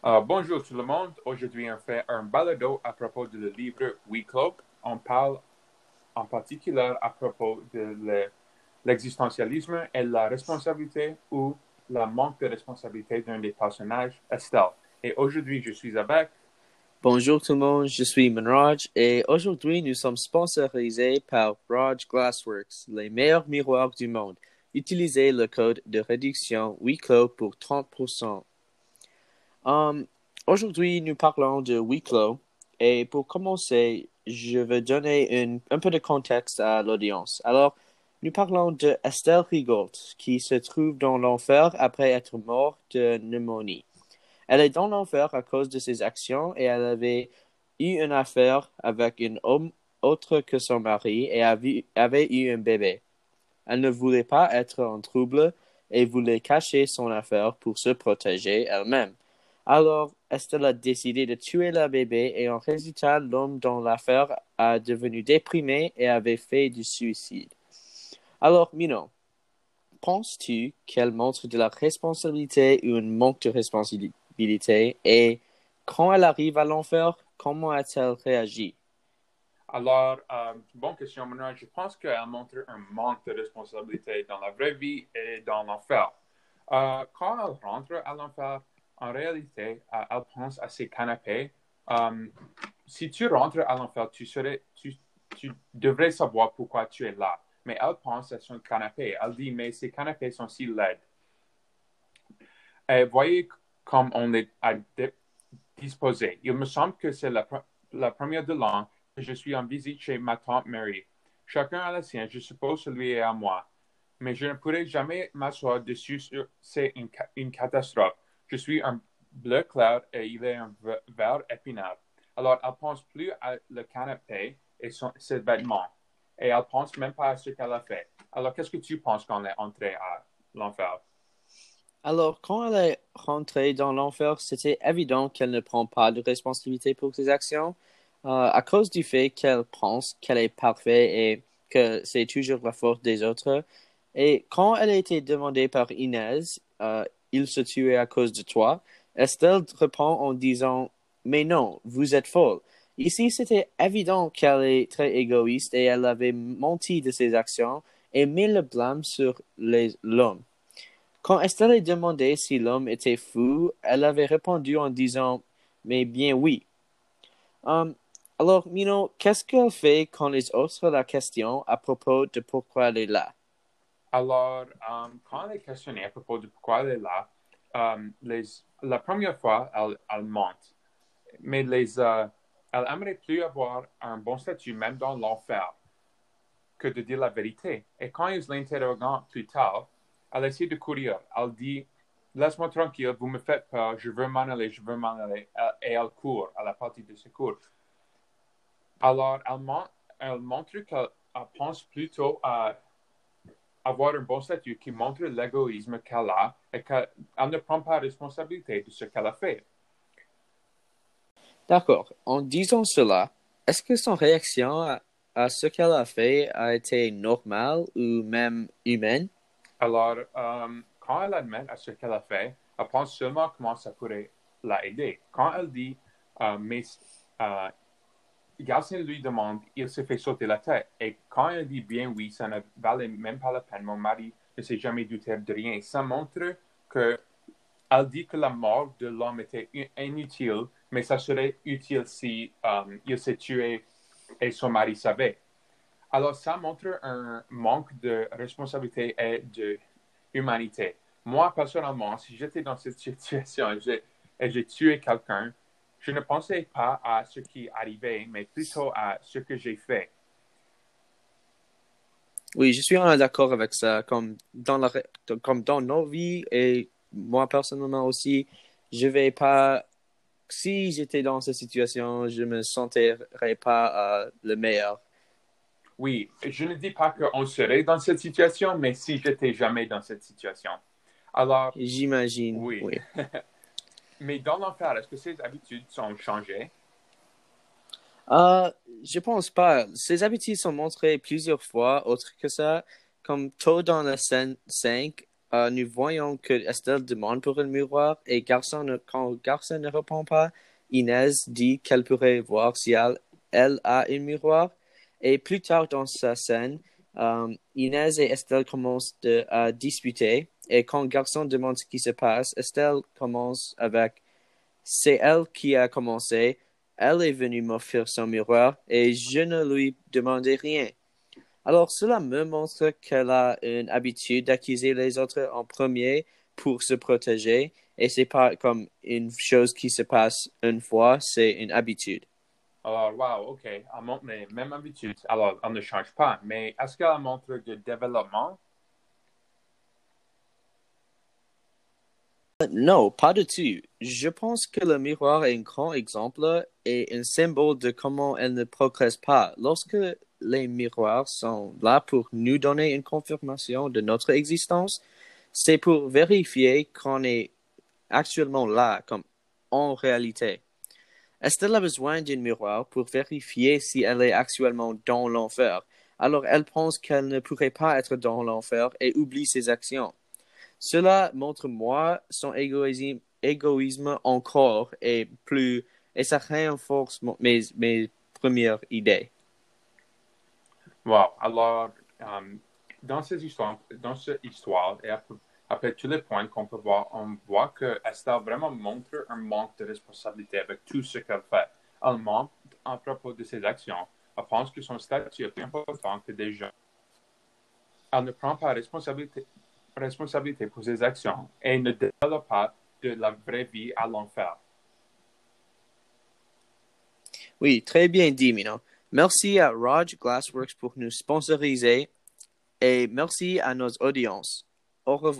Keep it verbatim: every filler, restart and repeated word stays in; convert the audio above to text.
Euh, bonjour tout le monde. Aujourd'hui, on fait un balado à propos du livre We Club. On parle en particulier à propos de le- l'existentialisme et la responsabilité ou la manque de responsabilité d'un des personnages, Estelle. Et aujourd'hui, je suis avec... Bonjour tout le monde, je suis Manraj et aujourd'hui nous sommes sponsorisés par Raj Glassworks, les meilleurs miroirs du monde. Utilisez le code de réduction WeClo pour trente pour cent. Um, aujourd'hui nous parlons de WeClo et pour commencer, je vais donner une, un peu de contexte à l'audience. Alors, nous parlons de Estelle Rigaud qui se trouve dans l'enfer après être morte de pneumonie. Elle est dans l'enfer à cause de ses actions et elle avait eu une affaire avec un homme autre que son mari et avait, avait eu un bébé. Elle ne voulait pas être en trouble et voulait cacher son affaire pour se protéger elle-même. Alors, Estelle a décidé de tuer le bébé et en résultat, l'homme dans l'affaire a devenu déprimé et avait fait du suicide. Alors, Mino, penses-tu qu'elle montre de la responsabilité ou un manque de responsabilité et quand elle arrive à l'enfer, comment a-t-elle réagi? Alors, euh, bonne question, Manuel. Je pense qu'elle montre un manque de responsabilité dans la vraie vie et dans l'enfer. Euh, quand elle rentre à l'enfer, en réalité, euh, elle pense à ses canapés. Euh, si tu rentres à l'enfer, tu, serais, tu, tu devrais savoir pourquoi tu es là. Mais elle pense à son canapé. Elle dit, mais ces canapés sont si laids. Et voyez comme on les a disposés. Il me semble que c'est la, la première de l'an que je suis en visite chez ma tante Mary. Chacun a la sienne, je suppose celui est à moi. Mais je ne pourrai jamais m'asseoir dessus, c'est une, une catastrophe. Je suis un bleu clair et il est un vert épinard. Alors, elle ne pense plus à le canapé et son, ses vêtements. Et elle ne pense même pas à ce qu'elle a fait. Alors, qu'est-ce que tu penses quand elle est entrée à l'enfer? Alors, quand elle est rentrée dans l'enfer, c'était évident qu'elle ne prend pas de responsabilité pour ses actions, euh, à cause du fait qu'elle pense qu'elle est parfaite et que c'est toujours la faute des autres. Et quand elle a été demandée par Inès, euh, il se tuait à cause de toi, Estelle répond en disant, mais non, vous êtes folle. Ici, c'était évident qu'elle est très égoïste et elle avait menti de ses actions et mis le blâme sur les, l'homme. Quand Estelle est demandé si l'homme était fou, elle avait répondu en disant, mais bien oui. Um, alors, Mino, qu'est-ce qu'elle fait quand les autres la questionnent à propos de pourquoi elle est là? Alors, euh, quand elle est questionnée à propos de pourquoi elle est là, euh, les, la première fois, elle, elle mente. Mais les, euh, elle aimerait plus avoir un bon statut, même dans l'enfer, que de dire la vérité. Et quand ils l'interrogent plus tard, elle essaie de courir. Elle dit, laisse-moi tranquille, vous me faites peur, je veux m'en aller, je veux m'en aller. Et elle court à la partie de secours. Alors, elle, ment, elle montre qu'elle pense plutôt à avoir un bon statut qui montre l'égoïsme qu'elle a et qu'elle ne prend pas responsabilité de ce qu'elle a fait. D'accord. En disant cela, est-ce que son réaction à, à ce qu'elle a fait a été normale ou même humaine? Alors, euh, quand elle admet à ce qu'elle a fait, elle pense seulement comment ça pourrait l'aider. Quand elle dit, euh, mais euh, Garcin lui demande, il se fait sauter la tête. Et quand elle dit bien oui, ça ne valait même pas la peine, mon mari ne s'est jamais douté de rien. Ça montre que elle dit que la mort de l'homme était inutile, mais ça serait utile si um, il s'est tué et son mari savait. Alors, ça montre un manque de responsabilité et d'humanité. Moi, personnellement, si j'étais dans cette situation et j'ai tué quelqu'un, je ne pensais pas à ce qui arrivait, mais plutôt à ce que j'ai fait. Oui, je suis vraiment d'accord avec ça. Comme dans la, comme dans nos vies et moi personnellement aussi, je vais pas si j'étais dans cette situation, je me sentirais pas euh, le meilleur. Oui, je ne dis pas qu'on serait dans cette situation, mais si j'étais jamais dans cette situation. Alors, J'imagine, oui. oui. Mais dans l'enfer, est-ce que ses habitudes sont changées? Euh, je pense pas. Ces habitudes sont montrées plusieurs fois, autre que ça, comme tôt dans la scène cinq, euh, nous voyons que Estelle demande pour un miroir et garçon ne, quand garçon ne répond pas, Inès dit qu'elle pourrait voir si elle, elle a un miroir. Et plus tard dans sa scène, euh, Inès et Estelle commencent de, à disputer. Et quand garçon demande ce qui se passe, Estelle commence avec « C'est elle qui a commencé. Elle est venue m'offrir son miroir et je ne lui demandais rien. » Alors, cela me montre qu'elle a une habitude d'accuser les autres en premier pour se protéger. Et c'est pas comme une chose qui se passe une fois, c'est une habitude. Alors, wow, OK. Elle montre les mêmes habitudes. Alors, elle ne change pas. Mais est-ce qu'elle montre du développement? Non, pas du tout. Je pense que le miroir est un grand exemple et un symbole de comment elle ne progresse pas. Lorsque les miroirs sont là pour nous donner une confirmation de notre existence, c'est pour vérifier qu'on est actuellement là, comme en réalité. Estelle a besoin d'un miroir pour vérifier si elle est actuellement dans l'enfer. Alors elle pense qu'elle ne pourrait pas être dans l'enfer et oublie ses actions. Cela montre moi son égoïsme, égoïsme encore et plus, et ça renforce mon- mes, mes premières idées. Wow. Alors, um, dans ces histoires, dans cette histoire, et après, après tous les points qu'on peut voir, on voit que Estelle vraiment montre un manque de responsabilité avec tout ce qu'elle fait. Elle ment à propos de ses actions. Elle pense que son statut est plus important que des gens. Elle ne prend pas responsabilité, responsabilité pour ses actions et ne développe pas de la vraie vie à l'enfer. Oui, très bien dit, Mino. Merci à Raj Glassworks pour nous sponsoriser et merci à nos audiences. Au revoir.